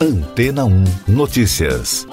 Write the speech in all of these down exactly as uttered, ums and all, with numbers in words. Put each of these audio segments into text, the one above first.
Antena um Notícias.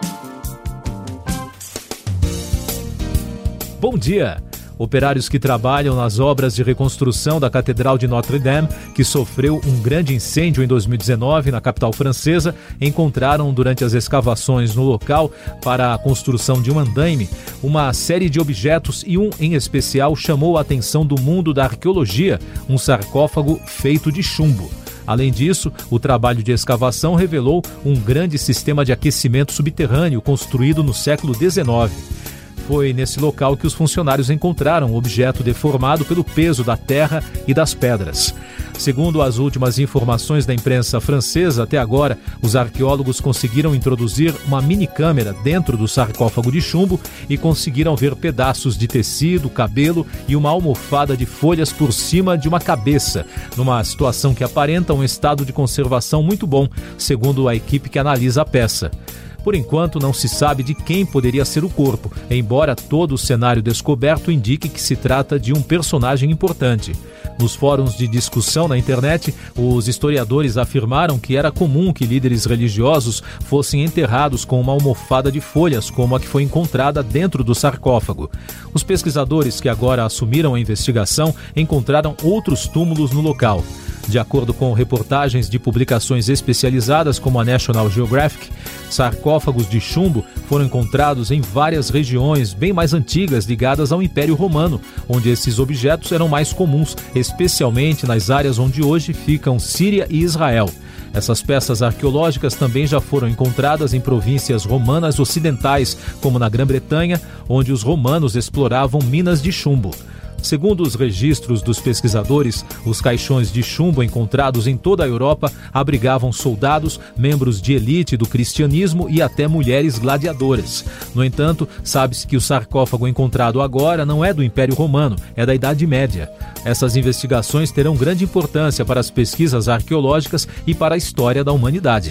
Bom dia! Operários que trabalham nas obras de reconstrução da Catedral de Notre-Dame, que sofreu um grande incêndio em dois mil e dezenove na capital francesa, encontraram durante as escavações no local para a construção de um andaime uma série de objetos e um, em especial, chamou a atenção do mundo da arqueologia, um sarcófago feito de chumbo. Além disso, o trabalho de escavação revelou um grande sistema de aquecimento subterrâneo construído no século dezenove. Foi nesse local que os funcionários encontraram o objeto deformado pelo peso da terra e das pedras. Segundo as últimas informações da imprensa francesa, até agora, os arqueólogos conseguiram introduzir uma mini-câmera dentro do sarcófago de chumbo e conseguiram ver pedaços de tecido, cabelo e uma almofada de folhas por cima de uma cabeça, numa situação que aparenta um estado de conservação muito bom, segundo a equipe que analisa a peça. Por enquanto, não se sabe de quem poderia ser o corpo, embora todo o cenário descoberto indique que se trata de um personagem importante. Nos fóruns de discussão na internet, os historiadores afirmaram que era comum que líderes religiosos fossem enterrados com uma almofada de folhas, como a que foi encontrada dentro do sarcófago. Os pesquisadores que agora assumiram a investigação encontraram outros túmulos no local. De acordo com reportagens de publicações especializadas como a National Geographic, sarcófagos de chumbo foram encontrados em várias regiões bem mais antigas ligadas ao Império Romano, onde esses objetos eram mais comuns, especialmente nas áreas onde hoje ficam Síria e Israel. Essas peças arqueológicas também já foram encontradas em províncias romanas ocidentais, como na Grã-Bretanha, onde os romanos exploravam minas de chumbo. Segundo os registros dos pesquisadores, os caixões de chumbo encontrados em toda a Europa abrigavam soldados, membros de elite do cristianismo e até mulheres gladiadoras. No entanto, sabe-se que o sarcófago encontrado agora não é do Império Romano, é da Idade Média. Essas investigações terão grande importância para as pesquisas arqueológicas e para a história da humanidade.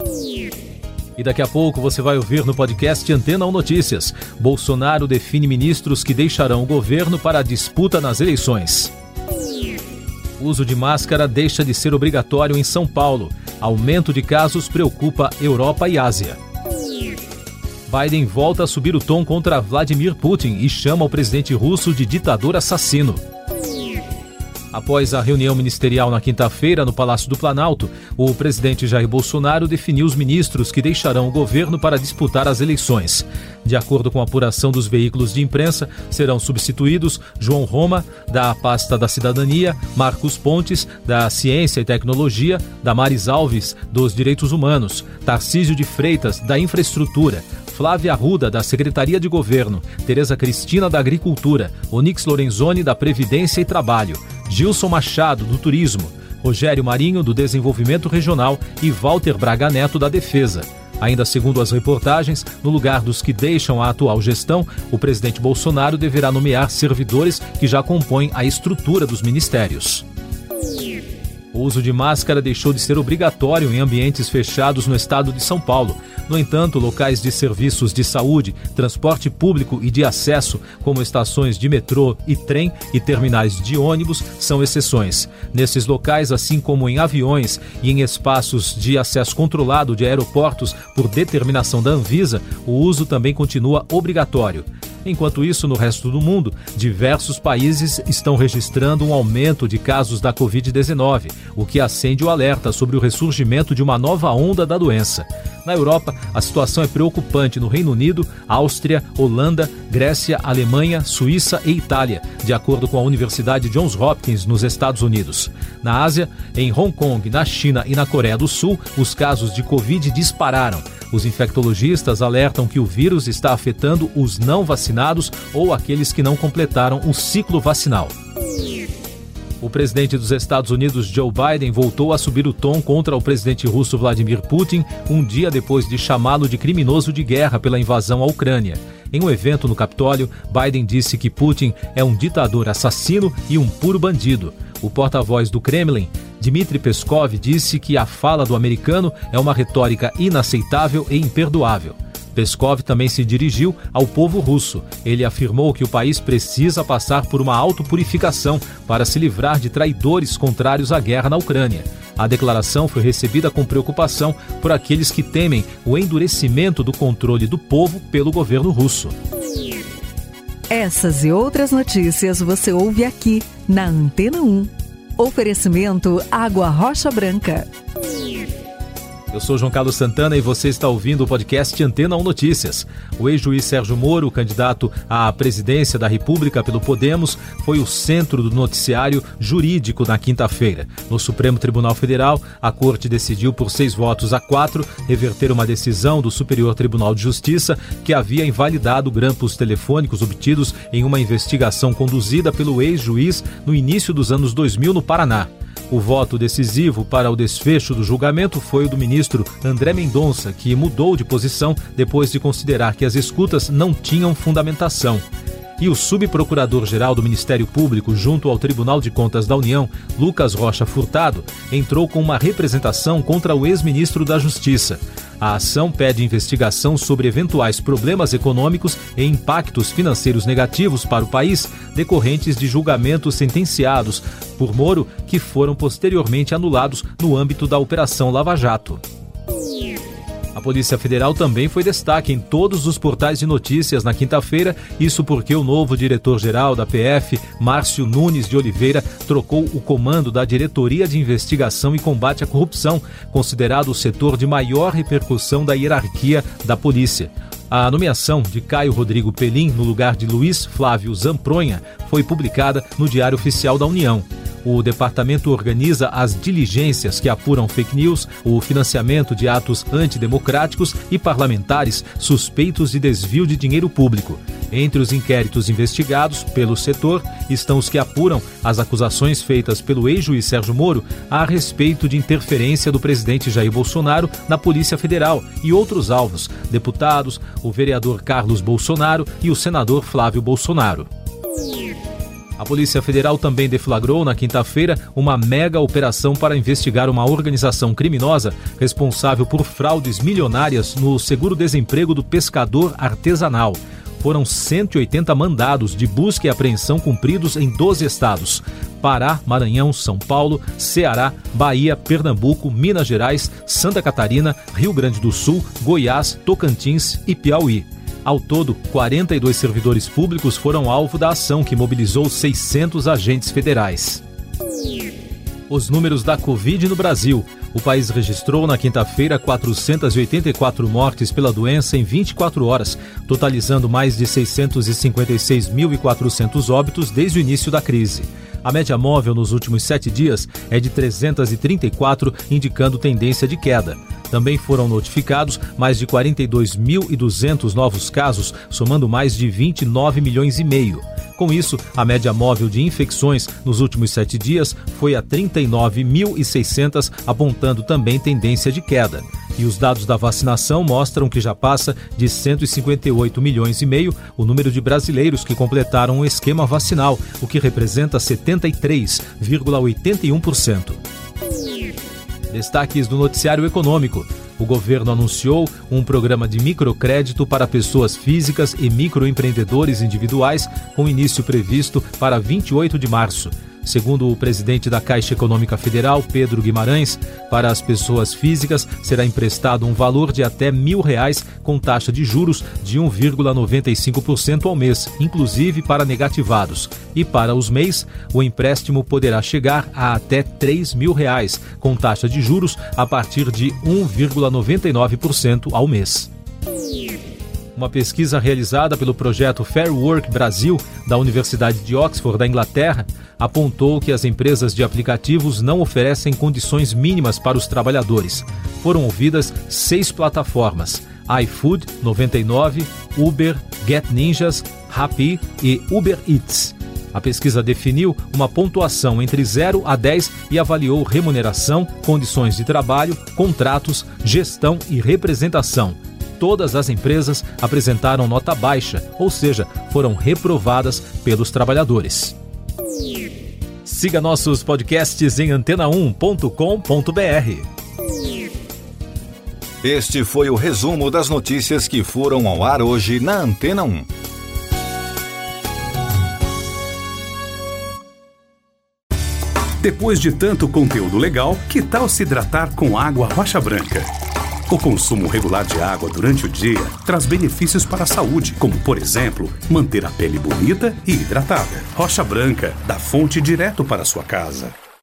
E daqui a pouco você vai ouvir no podcast Antena um Notícias. Bolsonaro define ministros que deixarão o governo para a disputa nas eleições. O uso de máscara deixa de ser obrigatório em São Paulo. Aumento de casos preocupa Europa e Ásia. Biden volta a subir o tom contra Vladimir Putin e chama o presidente russo de ditador assassino. Após a reunião ministerial na quinta-feira no Palácio do Planalto, o presidente Jair Bolsonaro definiu os ministros que deixarão o governo para disputar as eleições. De acordo com a apuração dos veículos de imprensa, serão substituídos João Roma, da pasta da Cidadania, Marcos Pontes, da Ciência e Tecnologia, Damares Alves, dos Direitos Humanos, Tarcísio de Freitas, da Infraestrutura, Flávia Arruda, da Secretaria de Governo, Tereza Cristina, da Agricultura, Onyx Lorenzoni, da Previdência e Trabalho, Gilson Machado, do Turismo, Rogério Marinho, do Desenvolvimento Regional e Walter Braga Neto, da Defesa. Ainda segundo as reportagens, no lugar dos que deixam a atual gestão, o presidente Bolsonaro deverá nomear servidores que já compõem a estrutura dos ministérios. O uso de máscara deixou de ser obrigatório em ambientes fechados no estado de São Paulo. No entanto, locais de serviços de saúde, transporte público e de acesso, como estações de metrô e trem e terminais de ônibus, são exceções. Nesses locais, assim como em aviões e em espaços de acesso controlado de aeroportos por determinação da Anvisa, o uso também continua obrigatório. Enquanto isso, no resto do mundo, diversos países estão registrando um aumento de casos da covid dezenove, o que acende o alerta sobre o ressurgimento de uma nova onda da doença. Na Europa, a situação é preocupante no Reino Unido, Áustria, Holanda, Grécia, Alemanha, Suíça e Itália, de acordo com a Universidade Johns Hopkins, nos Estados Unidos. Na Ásia, em Hong Kong, na China e na Coreia do Sul, os casos de Covid dispararam. Os infectologistas alertam que o vírus está afetando os não vacinados ou aqueles que não completaram o ciclo vacinal. O presidente dos Estados Unidos, Joe Biden, voltou a subir o tom contra o presidente russo Vladimir Putin um dia depois de chamá-lo de criminoso de guerra pela invasão à Ucrânia. Em um evento no Capitólio, Biden disse que Putin é um ditador assassino e um puro bandido. O porta-voz do Kremlin, Dmitry Peskov, disse que a fala do americano é uma retórica inaceitável e imperdoável. Peskov também se dirigiu ao povo russo. Ele afirmou que o país precisa passar por uma autopurificação para se livrar de traidores contrários à guerra na Ucrânia. A declaração foi recebida com preocupação por aqueles que temem o endurecimento do controle do povo pelo governo russo. Essas e outras notícias você ouve aqui na Antena um. Oferecimento Água Rocha Branca. Eu sou João Carlos Santana e você está ouvindo o podcast Antena um Notícias. O ex-juiz Sérgio Moro, candidato à presidência da República pelo Podemos, foi o centro do noticiário jurídico na quinta-feira. No Supremo Tribunal Federal, a Corte decidiu por seis votos a quatro reverter uma decisão do Superior Tribunal de Justiça que havia invalidado grampos telefônicos obtidos em uma investigação conduzida pelo ex-juiz no início dos anos dois mil no Paraná. O voto decisivo para o desfecho do julgamento foi o do ministro André Mendonça, que mudou de posição depois de considerar que as escutas não tinham fundamentação. E o subprocurador-geral do Ministério Público junto ao Tribunal de Contas da União, Lucas Rocha Furtado, entrou com uma representação contra o ex-ministro da Justiça. A ação pede investigação sobre eventuais problemas econômicos e impactos financeiros negativos para o país decorrentes de julgamentos sentenciados por Moro que foram posteriormente anulados no âmbito da Operação Lava Jato. A Polícia Federal também foi destaque em todos os portais de notícias na quinta-feira, isso porque o novo diretor-geral da P F, Márcio Nunes de Oliveira, trocou o comando da Diretoria de Investigação e Combate à Corrupção, considerado o setor de maior repercussão da hierarquia da polícia. A nomeação de Caio Rodrigo Pelim no lugar de Luiz Flávio Zampronha foi publicada no Diário Oficial da União. O departamento organiza as diligências que apuram fake news, o financiamento de atos antidemocráticos e parlamentares suspeitos de desvio de dinheiro público. Entre os inquéritos investigados pelo setor estão os que apuram as acusações feitas pelo ex-juiz Sérgio Moro a respeito de interferência do presidente Jair Bolsonaro na Polícia Federal e outros alvos, deputados, o vereador Carlos Bolsonaro e o senador Flávio Bolsonaro. A Polícia Federal também deflagrou na quinta-feira uma mega operação para investigar uma organização criminosa responsável por fraudes milionárias no seguro-desemprego do pescador artesanal. Foram cento e oitenta mandados de busca e apreensão cumpridos em doze estados: Pará, Maranhão, São Paulo, Ceará, Bahia, Pernambuco, Minas Gerais, Santa Catarina, Rio Grande do Sul, Goiás, Tocantins e Piauí. Ao todo, quarenta e dois servidores públicos foram alvo da ação, que mobilizou seiscentos agentes federais. Os números da Covid no Brasil. O país registrou na quinta-feira quatrocentas e oitenta e quatro mortes pela doença em vinte e quatro horas, totalizando mais de seiscentos e cinquenta e seis mil e quatrocentos óbitos desde o início da crise. A média móvel nos últimos sete dias é de trezentos e trinta e quatro, indicando tendência de queda. Também foram notificados mais de quarenta e dois mil e duzentos novos casos, somando mais de vinte e nove milhões e meio. Com isso, a média móvel de infecções nos últimos sete dias foi a trinta e nove mil e seiscentos, apontando também tendência de queda. E os dados da vacinação mostram que já passa de cento e cinquenta e oito milhões e meio o número de brasileiros que completaram o esquema vacinal, o que representa setenta e três vírgula oitenta e um por cento. Destaques do noticiário econômico. O governo anunciou um programa de microcrédito para pessoas físicas e microempreendedores individuais, com início previsto para vinte e oito de março. Segundo o presidente da Caixa Econômica Federal, Pedro Guimarães, para as pessoas físicas será emprestado um valor de até mil reais com taxa de juros de um vírgula noventa e cinco por cento ao mês, inclusive para negativados. E para os M E Is, o empréstimo poderá chegar a até três mil reais, com taxa de juros a partir de um vírgula noventa e nove por cento ao mês. Uma pesquisa realizada pelo projeto Fair Work Brasil, da Universidade de Oxford, da Inglaterra, apontou que as empresas de aplicativos não oferecem condições mínimas para os trabalhadores. Foram ouvidas seis plataformas: iFood, noventa e nove, Uber, GetNinjas, Rappi e Uber Eats. A pesquisa definiu uma pontuação entre zero a dez e avaliou remuneração, condições de trabalho, contratos, gestão e representação. Todas as empresas apresentaram nota baixa, ou seja, foram reprovadas pelos trabalhadores. Siga nossos podcasts em antena um ponto com ponto b r. Este foi o resumo das notícias que foram ao ar hoje na Antena um. Depois de tanto conteúdo legal, que tal se hidratar com água Rocha Branca? O consumo regular de água durante o dia traz benefícios para a saúde, como, por exemplo, manter a pele bonita e hidratada. Rocha Branca, da fonte direto para a sua casa.